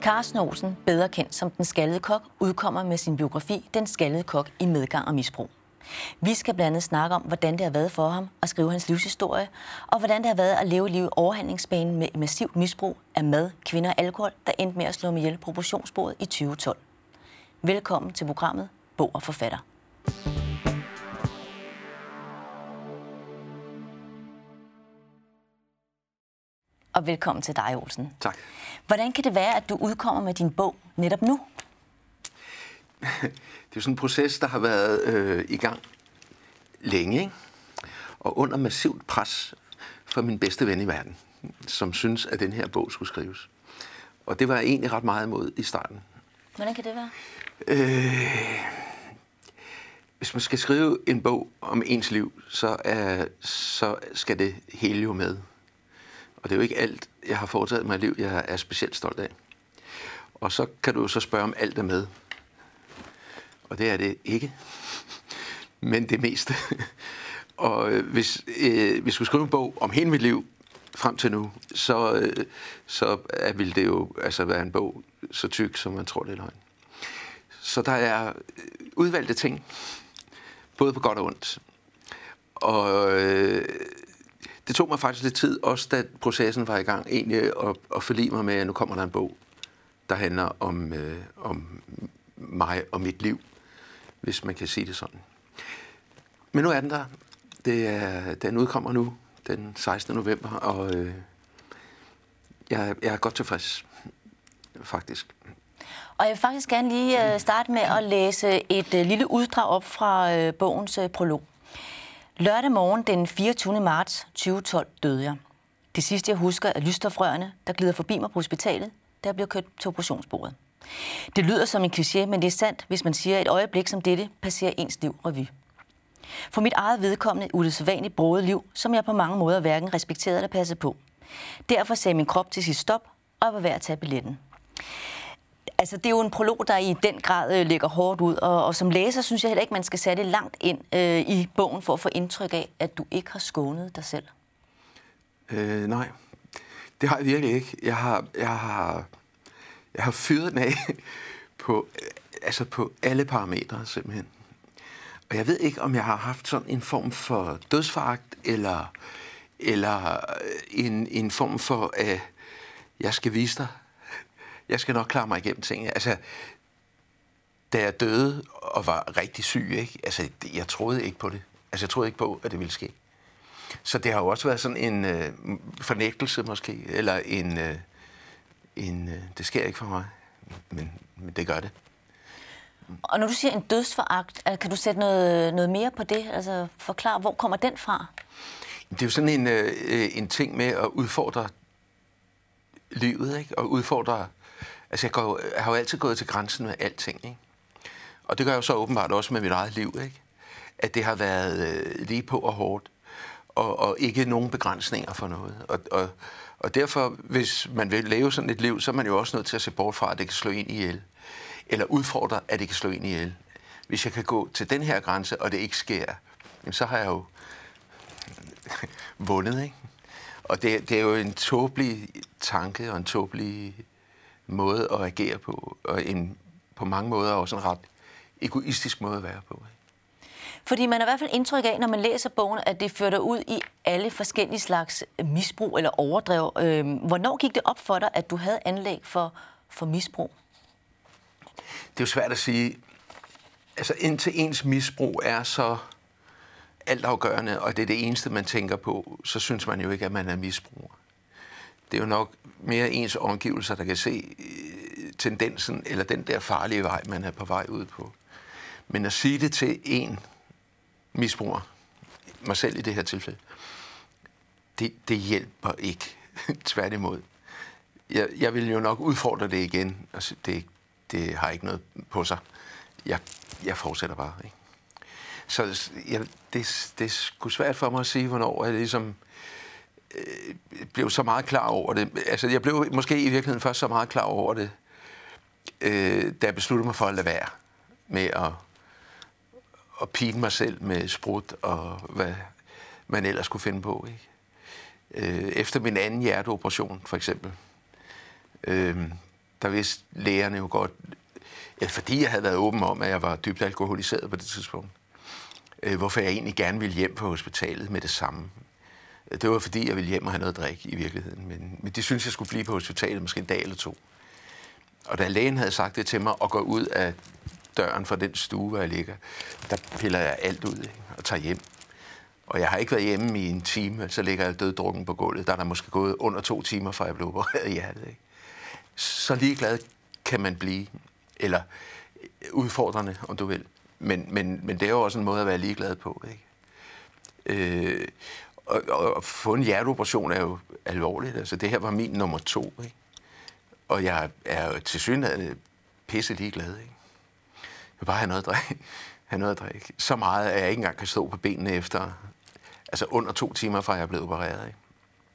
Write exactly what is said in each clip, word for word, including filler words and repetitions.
Carsten Olsen, bedre kendt som Den Skaldede Kok, udkommer med sin biografi Den Skaldede Kok i medgang og misbrug. Vi skal blandt andet snakke om, hvordan det har været for ham at skrive hans livshistorie, og hvordan det har været at leve livet overhandlingsbanen med massivt misbrug af mad, kvinder og alkohol, der endte med at slå med ihjel på proportionsbordet i tyve tolv. Velkommen til programmet Bog og Forfatter. Og velkommen til dig, Olsen. Tak. Hvordan kan det være, at du udkommer med din bog netop nu? Det er jo sådan en proces, der har været øh, i gang længe, ikke? Og under massivt pres fra min bedste ven i verden, som synes, at den her bog skulle skrives. Og det var jeg egentlig ret meget imod i starten. Hvordan kan det være? Øh, hvis man skal skrive en bog om ens liv, så, er, så skal det hele jo med. Og det er jo ikke alt, jeg har foretaget mig i liv, jeg er specielt stolt af. Og så kan du jo så spørge, om alt er med. Og det er det ikke. Men det meste. Og hvis øh, vi skulle skrive en bog om hele mit liv frem til nu, så, øh, så vil det jo altså være en bog så tyk, som man tror, det er løgn. Så der er udvalgte ting, både på godt og ondt. Og øh, det tog mig faktisk lidt tid, også da processen var i gang, egentlig at, at forlige mig med, at nu kommer der en bog, der handler om, øh, om mig og mit liv, hvis man kan sige det sådan. Men nu er den der. Det er, den udkommer nu, den sekstende november, og øh, jeg, jeg er godt tilfreds, faktisk. Og jeg vil faktisk gerne lige starte med at læse et lille uddrag op fra bogens prolog. Lørdag morgen den fireogtyvende marts tyve tolv døde jeg. Det sidste jeg husker er lysstofrørene, der glider forbi mig på hospitalet, da jeg bliver kørt til operationsbordet. Det lyder som en kliché, men det er sandt, hvis man siger, at et øjeblik som dette passerer ens liv revy. For mit eget vedkommende usædvanligt broget liv, som jeg på mange måder hverken respekterede eller passede på. Derfor sagde min krop til sit stop, og jeg var ved at tage billetten. Altså, det er jo en prolog, der i den grad øh, ligger hårdt ud, og, og som læser synes jeg heller ikke, man skal sætte langt ind øh, i bogen for at få indtryk af, at du ikke har skånet dig selv. Øh, nej, det har jeg virkelig ikke. Jeg har, jeg har, jeg har fyret den af på, altså på alle parametre simpelthen. Og jeg ved ikke, om jeg har haft sådan en form for dødsforagt, eller, eller en, en form for, at øh, jeg skal vise dig. Jeg skal nok klare mig igennem tingene. Altså, da jeg døde og var rigtig syg, ikke? Altså, jeg troede ikke på det. Altså, jeg troede ikke på, at det ville ske. Så det har jo også været sådan en øh, fornægtelse måske, eller en, øh, en øh, det sker ikke for mig, men, men det gør det. Og når du siger en dødsforagt, kan du sætte noget, noget mere på det? Altså, forklare, hvor kommer den fra? Det er jo sådan en, øh, en ting med at udfordre livet, ikke? Og udfordre. Altså, jeg, går, jeg har jo altid gået til grænsen med alting, ikke? Og det gør jeg jo så åbenbart også med mit eget liv, ikke? At det har været øh, lige på og hårdt, og, og ikke nogen begrænsninger for noget. Og, og, og derfor, hvis man vil leve sådan et liv, så er man jo også nødt til at se bort fra, at det kan slå ind ihjel. Eller udfordre, at det kan slå ind ihjel. Hvis jeg kan gå til den her grænse, og det ikke sker, jamen, så har jeg jo vundet, ikke? Og det, det er jo en tåbelig tanke og en tåbelig måde at agere på, og en på mange måder også en ret egoistisk måde at være på. Fordi man har i hvert fald indtryk af, når man læser bogen, at det fører dig ud i alle forskellige slags misbrug eller overdrev. Hvornår gik det op for dig, at du havde anlæg for, for misbrug? Det er jo svært at sige. Altså indtil ens misbrug er så altafgørende, og det er det eneste, man tænker på, så synes man jo ikke, at man er misbruger. Det er jo nok mere ens omgivelser, der kan se tendensen, eller den der farlige vej, man er på vej ud på. Men at sige det til en misbruger, mig selv i det her tilfælde, det, det hjælper ikke. Tværtimod. Jeg, jeg vil jo nok udfordre det igen, og det, det har ikke noget på sig. Jeg, jeg fortsætter bare, ikke? Så jeg, det, det er sgu svært for mig at sige, hvornår jeg ligesom øh, blev så meget klar over det. Altså, jeg blev måske i virkeligheden først så meget klar over det, øh, da jeg besluttede mig for at lade være med at, at pine mig selv med sprut og hvad man ellers kunne finde på, ikke? Øh, efter min anden hjerteoperation, for eksempel, øh, der vidste lægerne jo godt, ja, fordi jeg havde været åben om, at jeg var dybt alkoholiseret på det tidspunkt, øh, hvorfor jeg egentlig gerne ville hjem på hospitalet med det samme. Det var fordi, jeg ville hjem og have noget drik i virkeligheden, men, men de syntes, jeg skulle blive på hospitalet måske en dag eller to. Og da lægen havde sagt det til mig, at gå ud af døren fra den stue, hvor jeg ligger, der piller jeg alt ud, ikke? Og tager hjem. Og jeg har ikke været hjemme i en time, så ligger jeg døddrukken på gulvet. Der er der måske gået under to timer, før jeg blev opereret i hjertet, ikke? Så ligeglad kan man blive, eller udfordrende, om du vil. Men, men, men det er jo også en måde at være ligeglad på, ikke? Øh, og, og at få en hjerteoperation er jo alvorligt. Altså, det her var min nummer to, ikke? Og jeg er jo tilsyneladende pisse ligeglad, ikke? Jeg vil bare have noget at drikke. Have noget at drikke. Så meget, at jeg ikke engang kan stå på benene efter, altså under to timer, fra jeg blev opereret, ikke?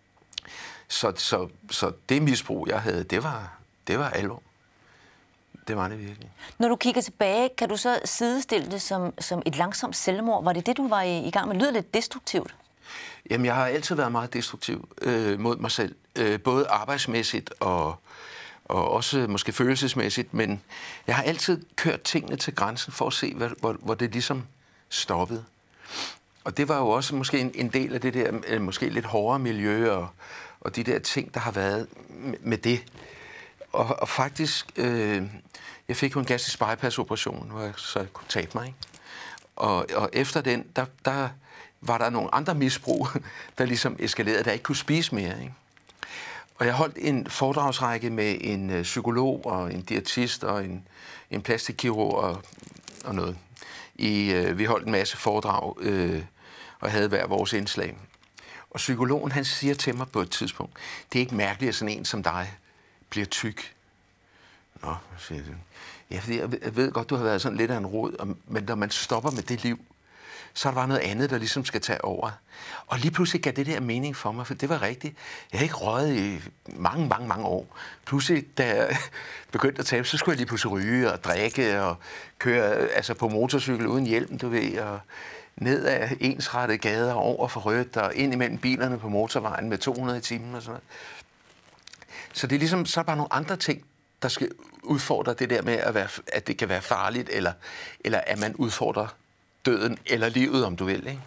Så, så, så det misbrug, jeg havde, det var, det var alvor. Det var det virkelig. Når du kigger tilbage, kan du så sidestille det som, som et langsomt selvmord? Var det det, du var i, i gang med? Lyder lidt destruktivt? Jamen, jeg har altid været meget destruktiv øh, mod mig selv. Øh, både arbejdsmæssigt og, og også måske følelsesmæssigt. Men jeg har altid kørt tingene til grænsen for at se, hvor, hvor, hvor det ligesom stoppede. Og det var jo også måske en, en del af det der øh, måske lidt hårdere miljø og, og de der ting, der har været med, med det. Og, og faktisk, øh, jeg fik jo en gastrisk bypass-operation, hvor jeg så jeg kunne tabe mig, ikke? Og, og efter den, der, der var der nogle andre misbrug, der ligesom eskalerede, der ikke kunne spise mere, ikke? Og jeg holdt en foredragsrække med en øh, psykolog og en diætist og en, en plastikkirurg og, og noget. I, øh, vi holdt en masse foredrag øh, og havde hver vores indslag. Og psykologen, han siger til mig på et tidspunkt, det er ikke mærkeligt, at sådan en som dig bliver tyk. Nå, siger jeg. Ja, fordi jeg ved godt, du har været sådan lidt af en rod, men når man stopper med det liv, så er der bare noget andet, der ligesom skal tage over. Og lige pludselig gav det der mening for mig, for det var rigtigt. Jeg havde ikke røget i mange, mange, mange år. Pludselig, da jeg begyndte at tabe, så skulle jeg lige pludselig ryge og drikke og køre altså på motorcykel uden hjelm, du ved, og ned ad ensrettede gader over for rødt og ind imellem bilerne på motorvejen med to hundrede i timen og sådan noget. Så det er ligesom, så er der bare nogle andre ting, der skal udfordre det der med, at, være, at det kan være farligt, eller, eller at man udfordrer døden eller livet, om du vil, ikke?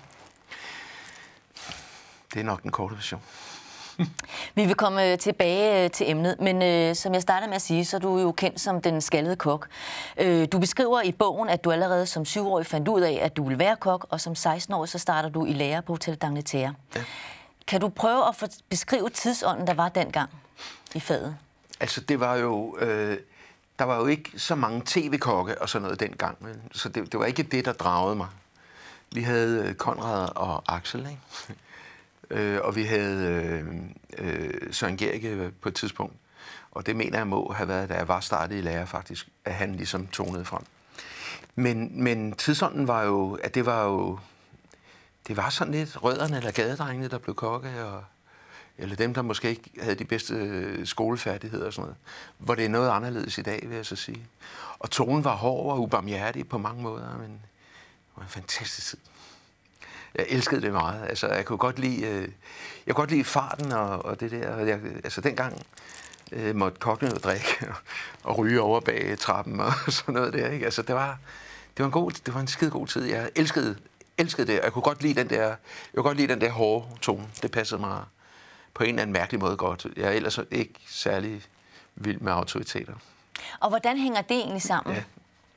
Det er nok den korte version. Vi vil komme tilbage til emnet, men øh, som jeg startede med at sige, så er du jo kendt som den skaldede kok. Øh, du beskriver i bogen, at du allerede som syvårig fandt ud af, at du ville være kok, og som seksten-årig så starter du i lære på Hotel d'Angleterre. Ja. Kan du prøve at beskrive tidsånden, der var dengang i faget? Altså, det var jo... Øh, der var jo ikke så mange tv-kokke og sådan noget dengang, men, så det, det var ikke det, der dragede mig. Vi havde Konrad og Axel, ikke? øh, og vi havde øh, øh, Søren Gericke på et tidspunkt. Og det mener jeg må have været, da jeg var startet i lære faktisk, at han ligesom tonede frem. Men, men tidsånden var jo, at det var jo... Det var sådan lidt rødderne eller gadedrengene, der blev kokke, og, eller dem, der måske ikke havde de bedste skolefærdigheder og sådan noget. Hvor det er noget anderledes i dag, vil jeg så sige. Og tonen var hård og ubarmhjertig på mange måder, men det var en fantastisk tid. Jeg elskede det meget. Altså, jeg kunne godt lide, øh, jeg kunne godt lide farten og, og det der. Jeg, altså, dengang øh, måtte kokkene jo drikke og, og ryge over bag trappen og sådan noget der, ikke? Altså, det var, det var en god, det var en skide god tid. Jeg elskede elskede det. Jeg kunne godt lide den der, jeg kunne godt lide den der hårde tone. Det passede mig på en eller anden mærkelig måde godt. Jeg er ellers ikke særlig vild med autoriteter. Og hvordan hænger det egentlig sammen? Ja.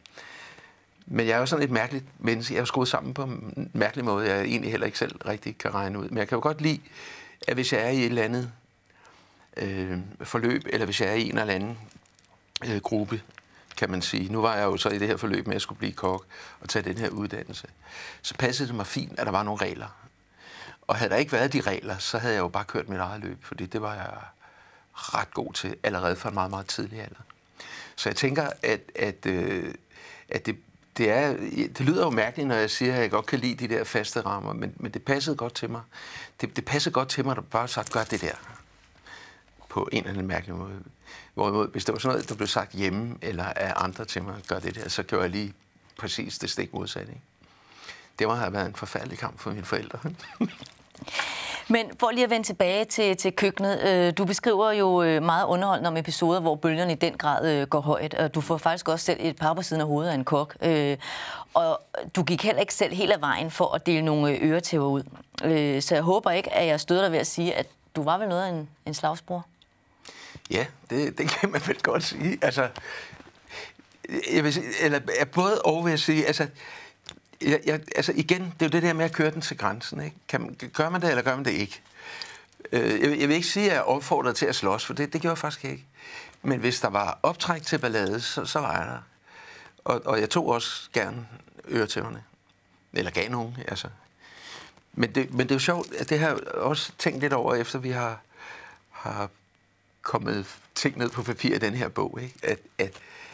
Men jeg er jo sådan et mærkeligt menneske. Jeg er jo skruet sammen på en mærkelig måde, jeg egentlig heller ikke selv rigtig kan regne ud. Men jeg kan jo godt lide, at hvis jeg er i et eller andet øh, forløb, eller hvis jeg er i en eller anden øh, gruppe, kan man sige. Nu var jeg jo så i det her forløb med, at jeg skulle blive kok og tage den her uddannelse. Så passede det mig fint, at der var nogle regler. Og havde der ikke været de regler, så havde jeg jo bare kørt mit eget løb, fordi det var jeg ret god til allerede fra en meget, meget tidlig alder. Så jeg tænker, at, at, øh, at det, det, er, det lyder jo mærkeligt, når jeg siger, at jeg godt kan lide de der faste rammer, men, men det passede godt til mig. Det, det passede godt til mig, at du bare sagt, gør det der på en eller anden mærkelig måde. Hvorimod, hvis det var sådan noget, der blev sagt hjemme, eller af andre til mig, gør det der, så gjorde jeg lige præcis det stik modsatte, ikke? Det må have været en forfærdelig kamp for mine forældre. Men for lige at vende tilbage til, til køkkenet. Øh, du beskriver jo øh, meget underholdende om episoder, hvor bølgerne i den grad øh, går højt. Og du får faktisk også selv et par på siden af hovedet af en kok. Øh, og du gik heller ikke selv hele vejen for at dele nogle øretæver ud. Øh, så jeg håber ikke, at jeg støder dig ved at sige, at du var vel noget af en, en slagsbror. Ja, det, det kan man vel godt sige. Altså, jeg vil sige, eller både og vil jeg sige, altså, jeg, jeg, altså igen, det er jo det der med at køre den til grænsen, ikke? Kan man, gør man det, eller gør man det ikke? Øh, jeg, jeg vil ikke sige, at jeg er opfordret til at slås, for det, det gjorde jeg faktisk ikke. Men hvis der var optræk til ballade, så, så var jeg der. Og, og jeg tog også gerne øretæverne. Eller gav nogen, altså. Men det, men det er jo sjovt, at det har jeg også tænkt lidt over, efter vi har, har kommet ting ned på papir i den her bog, ikke? At, at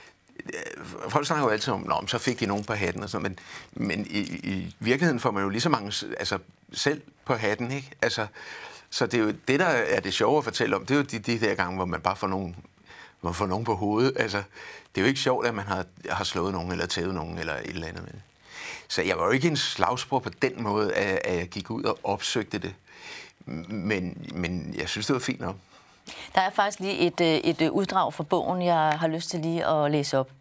folk snakker jo altid om, nå, så fik de nogen på hatten og sådan noget, men, men i, i virkeligheden får man jo lige så mange altså, selv på hatten, ikke? Altså, så det er jo det, der er det sjove at fortælle om, det er jo de, de der gange, hvor man bare får nogen, man får nogen på hovedet. Altså, det er jo ikke sjovt, at man har, har slået nogen, eller tævet nogen, eller et eller andet med det. Så jeg var jo ikke en slagsbror på den måde, at, at jeg gik ud og opsøgte det. Men, men jeg synes, det var fint nok. Der er faktisk lige et, et uddrag fra bogen, jeg har lyst til lige at læse op.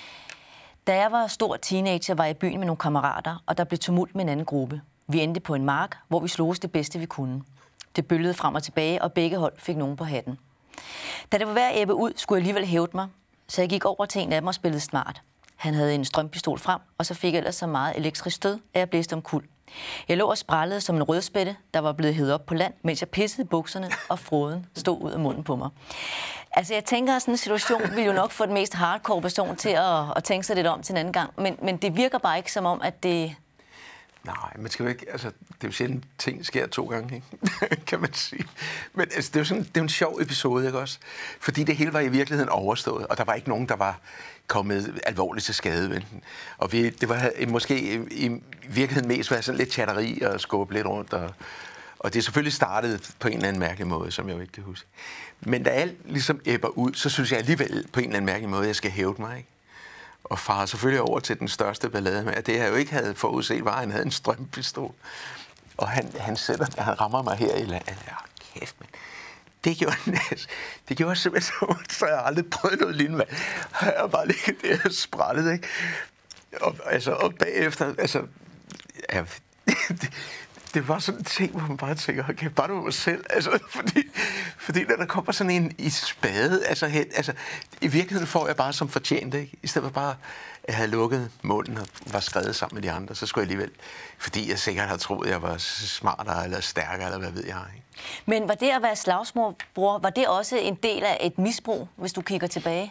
Da jeg var stor teenager, var jeg i byen med nogle kammerater, og der blev tumult med en anden gruppe. Vi endte på en mark, hvor vi sloges det bedste, vi kunne. Det bølgede frem og tilbage, og begge hold fik nogen på hatten. Da det var ved at ebbe ud, skulle jeg alligevel hævde mig, så jeg gik over til en af dem og spillede smart. Han havde en strømpistol frem, og så fik jeg ellers så meget elektrisk stød, at jeg blæste omkuld. Jeg lå og sprællede som en rødspætte, der var blevet hævet op på land, mens jeg pissede i bukserne, og froden stod ud af munden på mig. Altså, jeg tænker, at sådan en situation ville jo nok få den mest hardcore person til at, at tænke sig lidt om til en anden gang. Men, men det virker bare ikke som om, at det... Nej, man skal jo ikke... Altså, det er jo sjældent, ting sker to gange, ikke? Kan man sige. Men altså, det er jo sådan, det er en sjov episode, ikke også? Fordi det hele var i virkeligheden overstået, og der var ikke nogen, der var kommet alvorligt til skade ved den. Og vi, det var måske i, i virkeligheden mest var sådan lidt chatteri og skubbe lidt rundt, og, og det er selvfølgelig startet på en eller anden mærkelig måde, som jeg jo ikke kan huske. Men da alt ligesom æbber ud, så synes jeg alligevel på en eller anden mærkelig måde, at jeg skal hævde mig, ikke? Og farer selvfølgelig over til den største ballade med, at det jeg jo ikke havde forudset, var, at han havde en strømpistol. Og han, han sætter, han rammer mig her i landet. Ja, kæft, men det gjorde, det gjorde simpelthen så, så jeg aldrig prøvet noget lignende. Jeg har bare ligget der og sprættet, ikke? Og, altså, og bagefter, altså, ja, det, det var sådan en ting, hvor man bare tænker, okay, bare du mig selv, altså, fordi, fordi når der kommer sådan en i spade, altså, hen, altså, i virkeligheden får jeg bare som fortjent, ikke? I stedet for bare, at jeg havde lukket munden og var skrevet sammen med de andre, så skulle jeg alligevel, fordi jeg sikkert havde troet, at jeg var smartere eller stærkere, eller hvad ved jeg, ikke? Men var det at være slagsmålbror, var det også en del af et misbrug, hvis du kigger tilbage?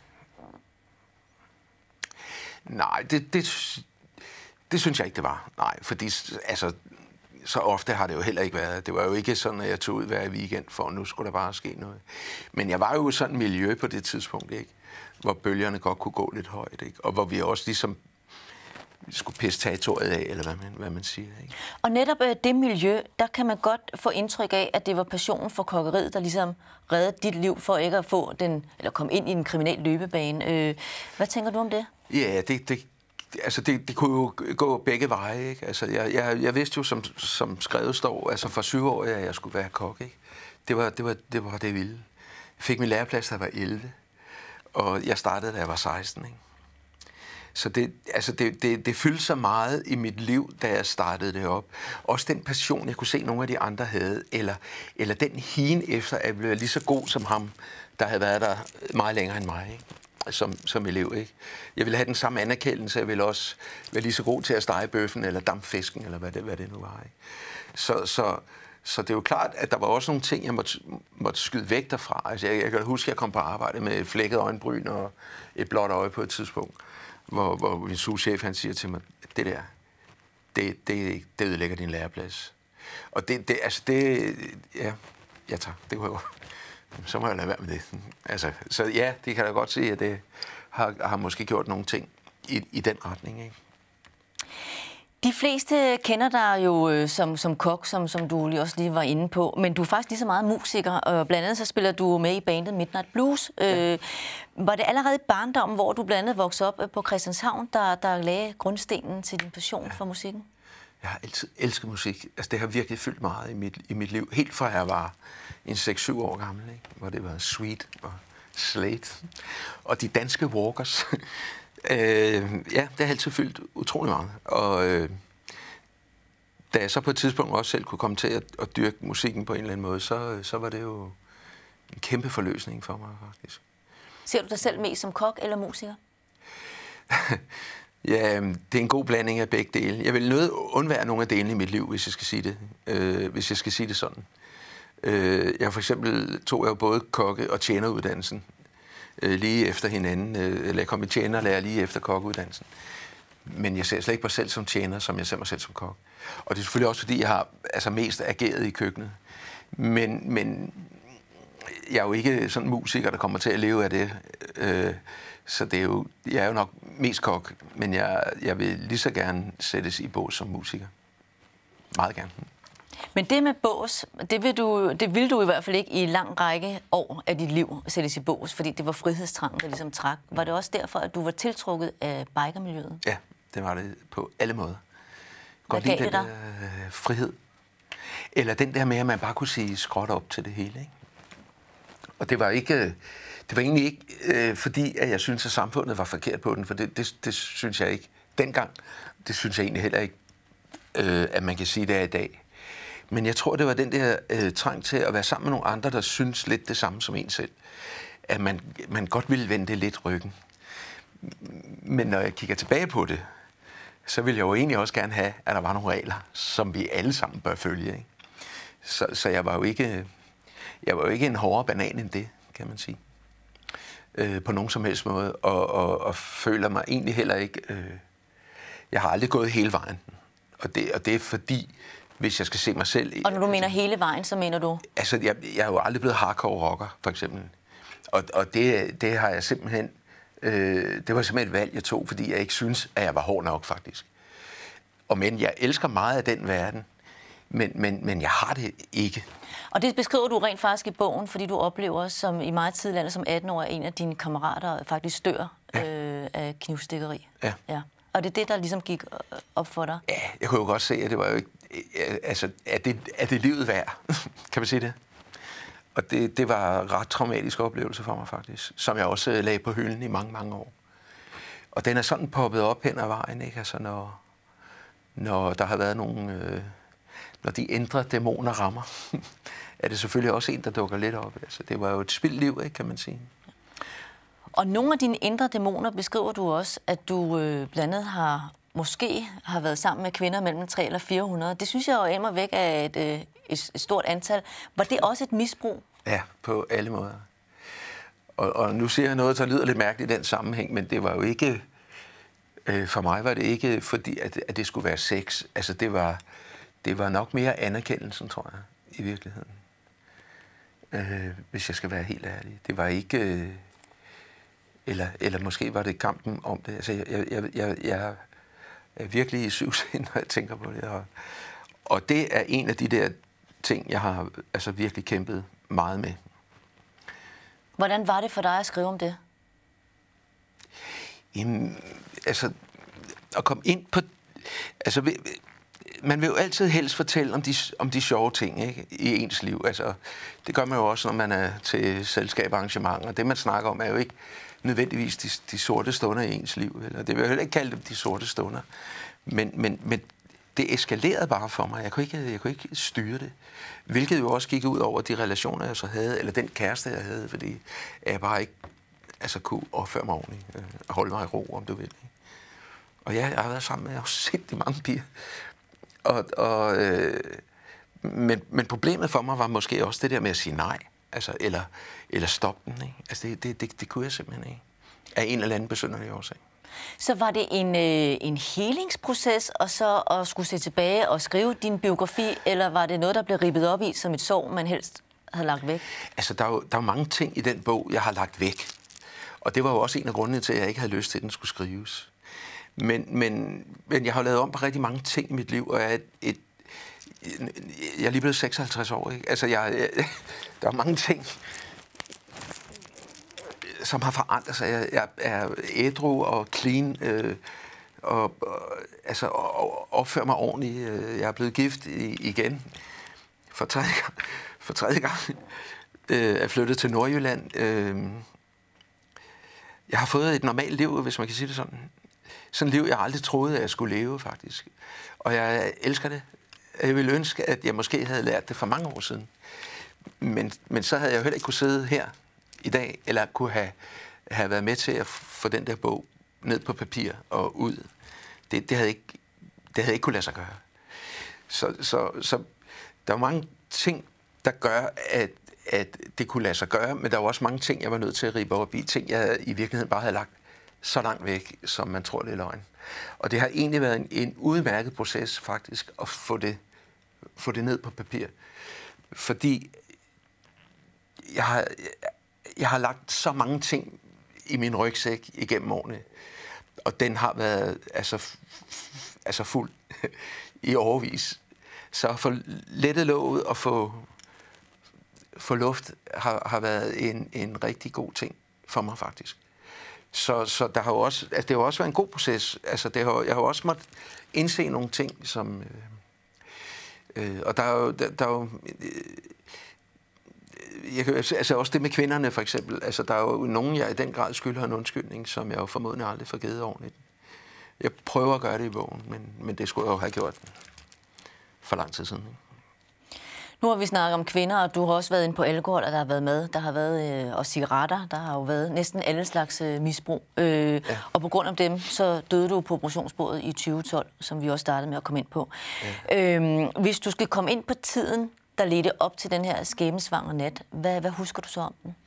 Nej, det, det, det synes jeg ikke, det var. Nej, fordi altså, så ofte har det jo heller ikke været. Det var jo ikke sådan, at jeg tog ud hver weekend, for nu skulle der bare ske noget. Men jeg var jo i sådan et miljø på det tidspunkt, ikke? Hvor bølgerne godt kunne gå lidt højt, ikke? Og hvor vi også ligesom skulle pisse territoriet af, eller hvad man, hvad man siger, ikke? Og netop øh, det miljø, der kan man godt få indtryk af, at det var passionen for kokkeriet, der ligesom reddede dit liv for ikke at få den, eller komme ind i en kriminel løbebane. Øh, hvad tænker du om det? Ja, det, det, altså det, det kunne jo gå begge veje, ikke? Altså jeg, jeg, jeg vidste jo, som, som skrevet står, altså for syv år, at jeg skulle være kok, ikke? Det var det, var, det, var det jeg ville. Jeg fik min læreplads, da jeg var elleve, og jeg startede, da jeg var seksten, ikke? Så det, altså det, det, det fyldte så meget i mit liv, da jeg startede det op. Også den passion, jeg kunne se, nogle af de andre havde, eller, eller den hien efter, at jeg blev lige så god som ham, der havde været der meget længere end mig, ikke? Som, som elev, ikke? Jeg ville have den samme anerkendelse, jeg ville også være lige så god til at stege bøffen, eller dampe fisken, eller hvad det, hvad det nu var, ikke? Så, så, så det er jo klart, at der var også nogle ting, jeg måtte, måtte skyde væk derfra. Altså jeg, jeg kan huske, at jeg kom på arbejde med flækket øjenbryn og et blåt øje på et tidspunkt, hvor, hvor min souschef, han siger til mig, det der, det, det, det ødelægger din læreplads. Og det, det, altså det, ja, ja tak, det kunne jeg jo. Så må jeg lade være med det. Altså, så ja, det kan jeg godt se, at det har, har måske gjort nogle ting i, i den retning, ikke? De fleste kender dig jo øh, som, som kok, som, som du lige også lige var inde på, men du er faktisk lige så meget musiker, og blandt andet så spiller du med i bandet Midnight Blues. Ja. Øh, var det allerede i barndommen, hvor du blandt andet voksede op på Christianshavn, der, der lagde grundstenen til din passion ja. for musikken? Jeg har altid elsket musik. Altså, det har virkelig fyldt meget i mit, i mit liv. Helt fra jeg var en seks syv år gammel, ikke? Hvor det var Sweet og Slate. Og de danske Walkers. øh, ja, det har altid fyldt utrolig meget. Og øh, da jeg så på et tidspunkt også selv kunne komme til at, at dyrke musikken på en eller anden måde, så, så var det jo en kæmpe forløsning for mig, faktisk. Ser du dig selv mest som kok eller musiker? Ja, det er en god blanding af begge dele. Jeg vil nødt undvære nogle af delene i mit liv, hvis jeg skal sige det, øh, hvis jeg skal sige det sådan. Øh, jeg for eksempel tog jeg jo både kokke- og tjeneruddannelsen øh, lige efter hinanden, øh, eller jeg kom i tjenerlærer lige efter kokkeuddannelsen. Men jeg ser slet ikke mig selv som tjener, som jeg ser mig selv som kok. Og det er selvfølgelig også, fordi jeg har altså, mest ageret i køkkenet. Men, men jeg er jo ikke sådan en musiker, der kommer til at leve af det. Øh, så det er jo, jeg er jo nok mest kok, men jeg, jeg vil lige så gerne sættes i bås som musiker. Meget gerne. Men det med bås, det vil, du, det vil du i hvert fald ikke i lang række år af dit liv sættes i bås, fordi det var frihedstrang, der ligesom trak. Var det også derfor, at du var tiltrukket af bikermiljøet? Ja, det var det på alle måder. Godt lide den der øh, frihed. Eller den der med, at man bare kunne sige skråt op til det hele, ikke? Og det var ikke, det var egentlig ikke, øh, fordi at jeg synes, at samfundet var forkert på den, for det, det, det synes jeg ikke dengang. Det synes jeg egentlig heller ikke, øh, at man kan sige det er i dag. Men jeg tror, det var den der øh, trang til at være sammen med nogle andre, der synes lidt det samme som en selv. At man, man godt ville vende det lidt ryggen. Men når jeg kigger tilbage på det, så vil jeg jo egentlig også gerne have, at der var nogle regler, som vi alle sammen bør følge, ikke? Så, så jeg var jo ikke, jeg var jo ikke en hårdere banan end det, kan man sige. Øh, på nogen som helst måde. Og, og, og føler mig egentlig heller ikke... Øh, jeg har aldrig gået hele vejen. Og det, og det er fordi, hvis jeg skal se mig selv... Og når du mener hele vejen, så mener du? Altså, jeg, jeg er jo aldrig blevet hardcore rocker, for eksempel. Og, og det, det har jeg simpelthen... Øh, det var simpelthen et valg, jeg tog, fordi jeg ikke synes, at jeg var hård nok, faktisk. Og men jeg elsker meget af den verden, men, men, men jeg har det ikke. Og det beskriver du rent faktisk i bogen, fordi du oplever, som i meget tidlig alder, som atten-årig, en af dine kammerater faktisk dør ja. øh, af knivstikkeri. Ja. Ja. Og det er det, der ligesom gik op for dig? Ja, jeg kunne jo godt se, at det var jo ikke... Altså, er det, er det livet værd? Kan man sige det? Og det, det var en ret traumatisk oplevelse for mig, faktisk. Som jeg også lagde på hylden i mange, mange år. Og den er sådan poppet op hen ad vejen, ikke? Altså, når, når der har været nogle... Øh, når de indre dæmoner rammer, er det selvfølgelig også en, der dukker lidt op. Altså, det var jo et spildt liv, ikke, kan man sige. Og nogle af dine indre dæmoner beskriver du også, at du øh, blandt andet har måske har været sammen med kvinder mellem tre eller fire hundrede. Det synes jeg jo immer væk af et, øh, et, et stort antal. Var det også et misbrug? Ja, på alle måder. Og, og nu siger jeg noget, der lyder lidt mærkeligt i den sammenhæng, men det var jo ikke... Øh, for mig var det ikke fordi, at, at det skulle være sex. Altså, det var, det var nok mere anerkendelsen, tror jeg, i virkeligheden. Øh, hvis jeg skal være helt ærlig. Det var ikke... Øh, eller, eller måske var det kampen om det. Altså, jeg, jeg, jeg, jeg er virkelig i syvsind, når jeg tænker på det. Og, og det er en af de der ting, jeg har altså virkelig kæmpet meget med. Hvordan var det for dig at skrive om det? Jamen, altså, at komme ind på... Altså, man vil jo altid helst fortælle om de, om de sjove ting, ikke, i ens liv. Altså, det gør man jo også, når man er til selskabarrangementer. Det, man snakker om, er jo ikke nødvendigvis de, de sorte stunder i ens liv. Eller det vil jeg heller ikke kalde dem de sorte stunder. Men, men, men det eskalerede bare for mig. Jeg kunne, ikke, jeg kunne ikke styre det. Hvilket jo også gik ud over de relationer, jeg så havde, eller den kæreste, jeg havde, fordi jeg bare ikke altså, kunne opføre mig ordentligt. Øh, holde mig i ro, om du vil. Og ja, jeg har været sammen med sindssygt mange piger. Og, og, øh, men, men problemet for mig var måske også det der med at sige nej. Altså, eller, eller stoppe den. Ikke? Altså, det, det, det, det kunne jeg simpelthen ikke. Af en eller anden besynderlig årsag. Så var det en, øh, en helingsproces, og så at skulle se tilbage og skrive din biografi, eller var det noget, der blev rippet op i som et sår, man helst havde lagt væk? Altså, der er jo der er mange ting i den bog, jeg har lagt væk. Og det var jo også en af grundene til, at jeg ikke havde lyst til, at den skulle skrives. Men, men, men jeg har lavet om på rigtig mange ting i mit liv, og jeg er et, et jeg er lige blevet seksoghalvtreds år, ikke? Altså, jeg, jeg, der er mange ting, som har forandret sig. Jeg, jeg er ædru og clean, øh, og, og, altså, og opføre mig ordentligt. Jeg er blevet gift igen for tredje gang. For tredje gang. Øh, er flyttet til Nordjylland. Øh, jeg har fået et normalt liv, hvis man kan sige det sådan. Sådan et liv, jeg aldrig troede, at jeg skulle leve, faktisk. Og jeg elsker det. Jeg ville ønske, at jeg måske havde lært det for mange år siden. Men, men så havde jeg jo heller ikke kunne sidde her i dag, eller kunne have, have været med til at få den der bog ned på papir og ud. Det, det, havde, ikke, det havde ikke kunne lade sig gøre. Så, så, så der er mange ting, der gør, at, at det kunne lade sig gøre, men der var også mange ting, jeg var nødt til at ribe op i. Ting, jeg i virkeligheden bare havde lagt så langt væk, som man tror, det er løgn. Og det har egentlig været en, en udmærket proces, faktisk, at få det, få det ned på papir. Fordi jeg har, jeg har lagt så mange ting i min rygsæk igennem årene, og den har været altså, altså fuld i årevis. Så at få lettet låget og få, få luft har, har været en, en rigtig god ting for mig, faktisk. Så, så der har jo også, altså det har jo også været en god proces. Altså det har, jeg har jo også måttet indse nogle ting, som... Øh, og der er jo... Der, der er jo øh, jeg kan, altså også det med kvinderne, for eksempel. Altså der er jo nogen, jeg i den grad skylder en undskyldning, som jeg jo formodentlig aldrig får givet ordentligt. Jeg prøver at gøre det i bogen, men, men det skulle jeg jo have gjort for lang tid siden. Nu har vi snakket om kvinder, og du har også været inde på alkohol, og der har været med. Der har været øh, og cigaretter. Der har jo været næsten alle slags øh, misbrug. Øh, ja. Og på grund af dem, så døde du på operationsbordet i tyve tolv, som vi også startede med at komme ind på. Ja. Øh, hvis du skal komme ind på tiden, der ledte op til den her skæbnesvangre nat, hvad, hvad husker du så om den?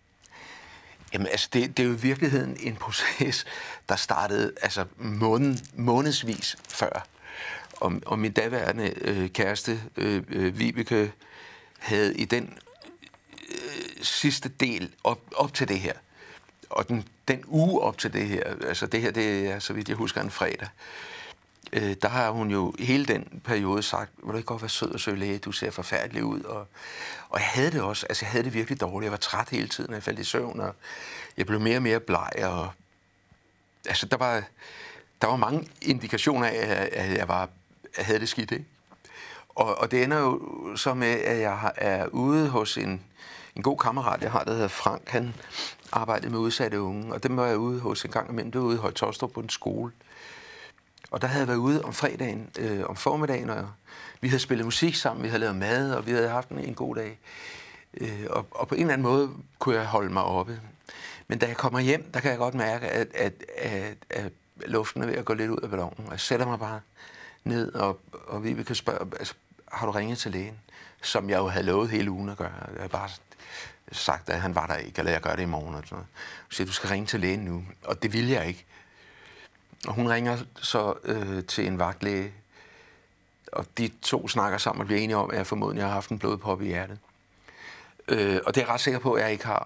Jamen altså, det, det er jo i virkeligheden en proces, der startede altså måned, månedsvis før. Og, og min daværende øh, kæreste, øh, øh, Vibeke, havde i den øh, sidste del op, op til det her, og den, den uge op til det her, altså det her, det er, så vidt jeg husker, en fredag, øh, der har hun jo hele den periode sagt, vil du ikke godt være sød og søge læge, du ser forfærdelig ud, og, og jeg havde det også, altså jeg havde det virkelig dårligt, jeg var træt hele tiden, jeg faldt i søvn, og jeg blev mere og mere bleg, og altså der var, der var mange indikationer af, at jeg var jeg havde det skidt, ikke? Og, og det ender jo så med, at jeg er ude hos en, en god kammerat, jeg har, der hedder Frank. Han arbejdede med udsatte unge, og dem var jeg ude hos en gang imellem. Det var ude i Høje Taastrup på en skole. Og der havde jeg været ude om fredagen, øh, om formiddagen, og vi havde spillet musik sammen, vi havde lavet mad, og vi havde haft en, en god dag. Øh, og, og på en eller anden måde kunne jeg holde mig oppe. Men da jeg kommer hjem, der kan jeg godt mærke, at, at, at, at luften er ved at gå lidt ud af ballonen. Jeg sætter mig bare ned, og, og vi kan spørge, altså, har du ringet til lægen? Som jeg jo havde lovet hele ugen at gøre. Jeg havde bare sagt, at han var der ikke, eller jeg gør det i morgen. Og sådan noget. Så siger, du skal ringe til lægen nu. Og det ville jeg ikke. Og hun ringer så øh, til en vagtlæge, og de to snakker sammen og bliver enige om, at jeg formodentlig har haft en blodprop i hjertet. Øh, og det er jeg ret sikker på, at jeg ikke har.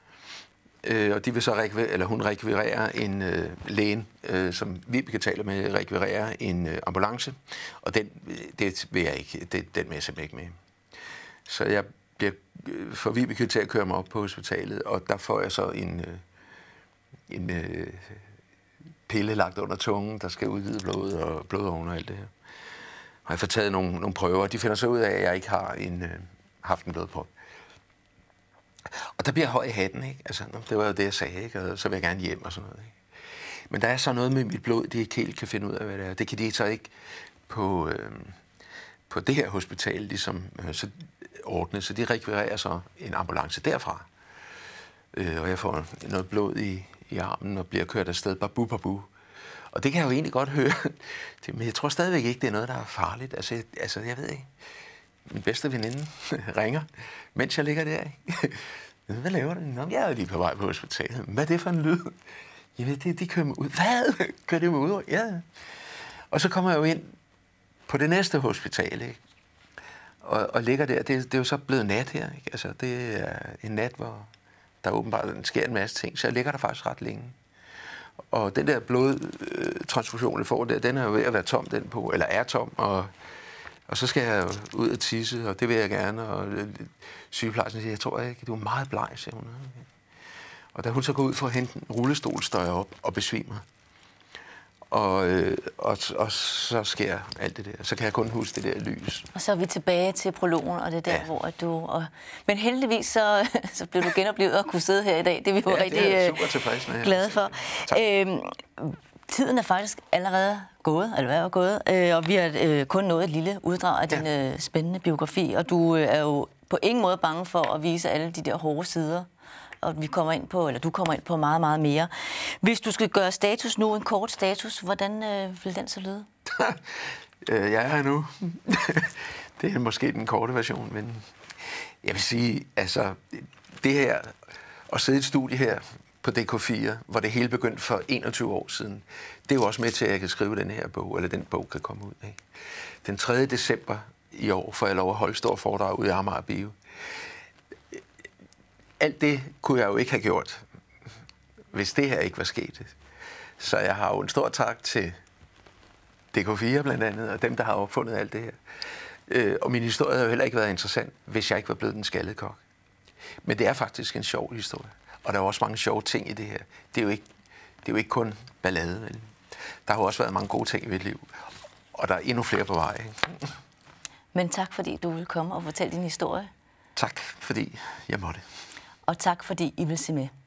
Øh, og de vil så rekvirere, eller hun rekvirerer en øh, lægen, øh, som vi kan tale med, rekvirerer en øh, ambulance, og den, det vil jeg ikke, det, den vil jeg simpelthen ikke med. Så jeg bliver for Vibeke til at køre mig op på hospitalet, og der får jeg så en, øh, en øh, pille lagt under tungen, der skal udvide blodet og blodårene og alt det her. Og jeg får taget nogle, nogle prøver, og de finder så ud af, at jeg ikke har en, øh, haft en blodprop. Og der bliver høj i hatten, ikke? Altså, det var jo det, jeg sagde, ikke? Og så vil jeg gerne hjem og sådan noget, ikke? Men der er så noget med mit blod, de ikke helt kan finde ud af, hvad det er. Det kan de så ikke på, øh, på det her hospital ligesom øh, så ordne, så de rekvirerer så en ambulance derfra. Øh, og jeg får noget blod i, i armen og bliver kørt afsted, babu, babu. Og det kan jeg jo egentlig godt høre, men jeg tror stadigvæk ikke, det er noget, der er farligt. Altså, jeg, altså, jeg ved ikke. Min bedste veninde ringer, mens jeg ligger der, ikke? Hvad laver du? Nå, jeg er lige på vej på hospitalet. Hvad er det for en lyd? Jamen, det, de kører mig ud. Hvad? Kører det mig ud? Ja. Og så kommer jeg jo ind på det næste hospital, ikke? Og, og ligger der. Det, det er jo så blevet nat her, ikke? Altså, det er en nat, hvor der åbenbart sker en masse ting. Så jeg ligger der faktisk ret længe. Og den der blodtransfusion, jeg får der, den er jo ved at være tom, den på, eller er tom, og Og så skal jeg ud og tisse, og det vil jeg gerne. Og sygeplejersken siger, jeg tror ikke, du er meget bleg, siger hun. Og da hun så går ud for at hente en rullestol, står jeg op og besvimer. Og, øh, og, og så sker alt det der. Så kan jeg kun huske det der lys. Og så er vi tilbage til prologen, og det er der, Ja. hvor du... Og, men heldigvis så, så blev du genoplevet og kunne sidde her i dag. Det er vi jo Ja, rigtig det er jeg øh, super tilfreds med. glade for. Øhm, tiden er faktisk allerede gået, eller hvad er gået, øh, og vi har øh, kun nået et lille uddrag af din Ja. øh, spændende biografi, og du øh, er jo på ingen måde bange for at vise alle de der hårde sider, og vi kommer ind på, eller du kommer ind på meget, meget mere. Hvis du skal gøre status nu, en kort status, hvordan øh, vil den så lyde? øh, jeg er her nu. Det er måske den korte version, men jeg vil sige, altså, det her, at sidde i et studie her på D K fire, hvor det hele begyndte for enogtyve år siden, det er jo også med til, at jeg kan skrive den her bog, eller den bog kan komme ud. Ikke? Den tredje december i år får jeg lov at holde stor foredrag ude i Amager Bio. Alt det kunne jeg jo ikke have gjort, hvis det her ikke var sket. Så jeg har jo en stor tak til D K fire blandt andet, og dem, der har opfundet alt det her. Øh, og min historie har jo heller ikke været interessant, hvis jeg ikke var blevet den skaldede kok. Men det er faktisk en sjov historie. Og der er også mange sjove ting i det her. Det er jo ikke, det er jo ikke kun ballade. Vel? Der har jo også været mange gode ting i mit liv. Og der er endnu flere på vej. Ikke? Men tak, fordi du ville komme og fortælle din historie. Tak, fordi jeg måtte. Og tak, fordi I vil se med.